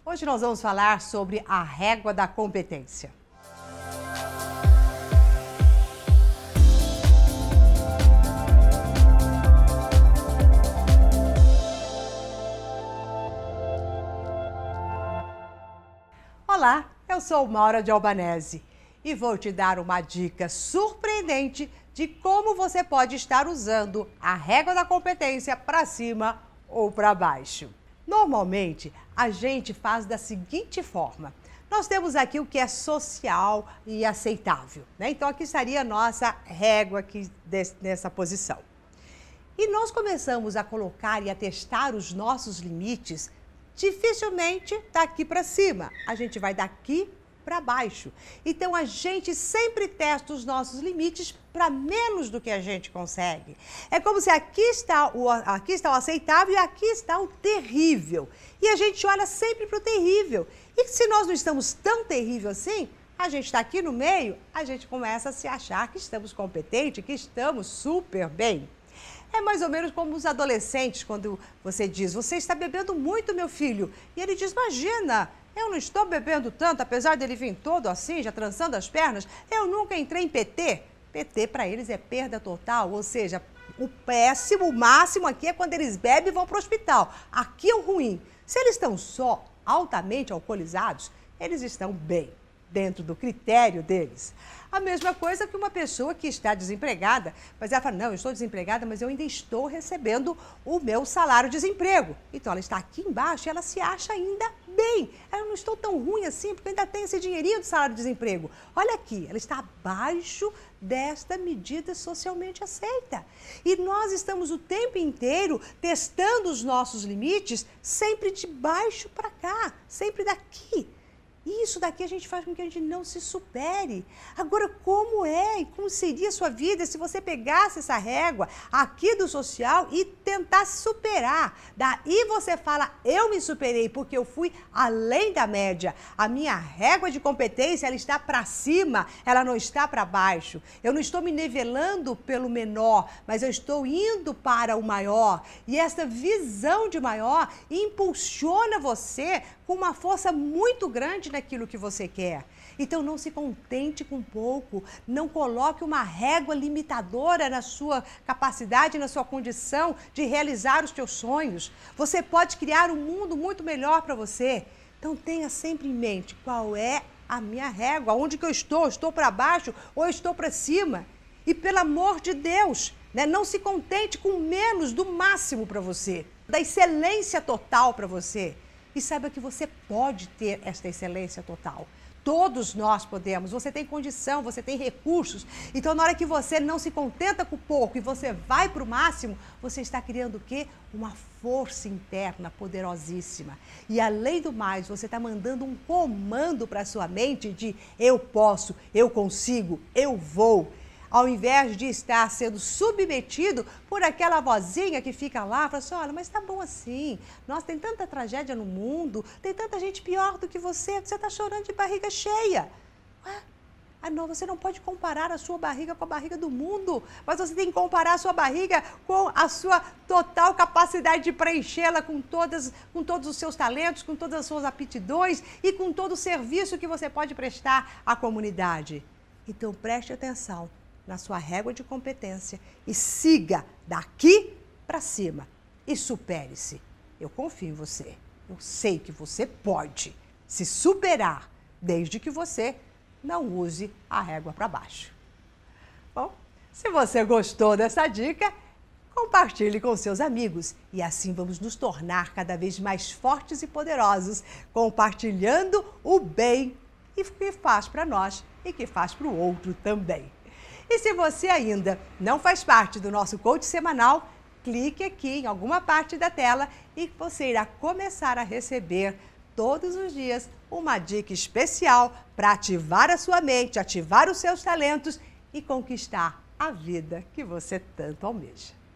Hoje nós vamos falar sobre a régua da competência. Olá, eu sou Maura de Albanese e vou te dar uma dica surpreendente de como você pode estar usando a régua da competência para cima ou para baixo. Normalmente, a gente faz da seguinte forma. Nós temos aqui o que é social e aceitável, né? Então, aqui estaria a nossa régua aqui nessa posição. E nós começamos a colocar e a testar os nossos limites dificilmente daqui para cima. A gente vai daqui para baixo. Então, a gente sempre testa os nossos limites para menos do que a gente consegue. É como se aqui está o aceitável e aqui está o terrível. E a gente olha sempre para o terrível. E se nós não estamos tão terrível assim, a gente está aqui no meio, a gente começa a se achar que estamos competentes, que estamos super bem. É mais ou menos como os adolescentes, quando você diz, você está bebendo muito, meu filho. E ele diz, imagina, eu não estou bebendo tanto, apesar dele vir todo assim, já trançando as pernas, eu nunca entrei em PT. PT para eles é perda total, ou seja, o péssimo, o máximo aqui é quando eles bebem e vão para o hospital. Aqui é o ruim. Se eles estão só altamente alcoolizados, eles estão bem, dentro do critério deles. A mesma coisa que uma pessoa que está desempregada, mas ela fala, não, eu estou desempregada, mas eu ainda estou recebendo o meu salário-desemprego. Então, ela está aqui embaixo e ela se acha ainda bem. Eu não estou tão ruim assim, porque eu ainda tenho esse dinheirinho do salário-desemprego. Olha aqui, ela está abaixo desta medida socialmente aceita. E nós estamos o tempo inteiro testando os nossos limites, sempre de baixo para cá, sempre daqui. Isso daqui a gente faz com que a gente não se supere. Agora, como é e como seria a sua vida se você pegasse essa régua aqui do social e tentasse superar? Daí você fala, eu me superei porque eu fui além da média. A minha régua de competência, ela está para cima, ela não está para baixo. Eu não estou me nivelando pelo menor, mas eu estou indo para o maior. E essa visão de maior impulsiona você com uma força muito grande naquilo que você quer. Então, não se contente com pouco, não coloque uma régua limitadora na sua capacidade, na sua condição de realizar os seus sonhos. Você pode criar um mundo muito melhor para você. Então, tenha sempre em mente qual é a minha régua, onde que eu estou para baixo ou eu estou para cima. E, pelo amor de Deus, né, não se contente com menos do máximo para você, da excelência total para você. E saiba que você pode ter esta excelência total. Todos nós podemos, você tem condição, você tem recursos. Então, na hora que você não se contenta com pouco e você vai para o máximo, você está criando o quê? Uma força interna poderosíssima. E, além do mais, você está mandando um comando para a sua mente de eu posso, eu consigo, eu vou. Ao invés de estar sendo submetido por aquela vozinha que fica lá, fala assim, olha, mas tá bom assim, nossa, tem tanta tragédia no mundo, tem tanta gente pior do que você está chorando de barriga cheia. Ué? Ah, não, você não pode comparar a sua barriga com a barriga do mundo, mas você tem que comparar a sua barriga com a sua total capacidade de preenchê-la com todos os seus talentos, com todas as suas aptidões e com todo o serviço que você pode prestar à comunidade. Então, preste atenção na sua régua de competência e siga daqui para cima e supere-se. Eu confio em você. Eu sei que você pode se superar, desde que você não use a régua para baixo. Bom, se você gostou dessa dica, compartilhe com seus amigos e assim vamos nos tornar cada vez mais fortes e poderosos, compartilhando o bem que faz para nós e que faz para o outro também. E se você ainda não faz parte do nosso coach semanal, clique aqui em alguma parte da tela e você irá começar a receber todos os dias uma dica especial para ativar a sua mente, ativar os seus talentos e conquistar a vida que você tanto almeja.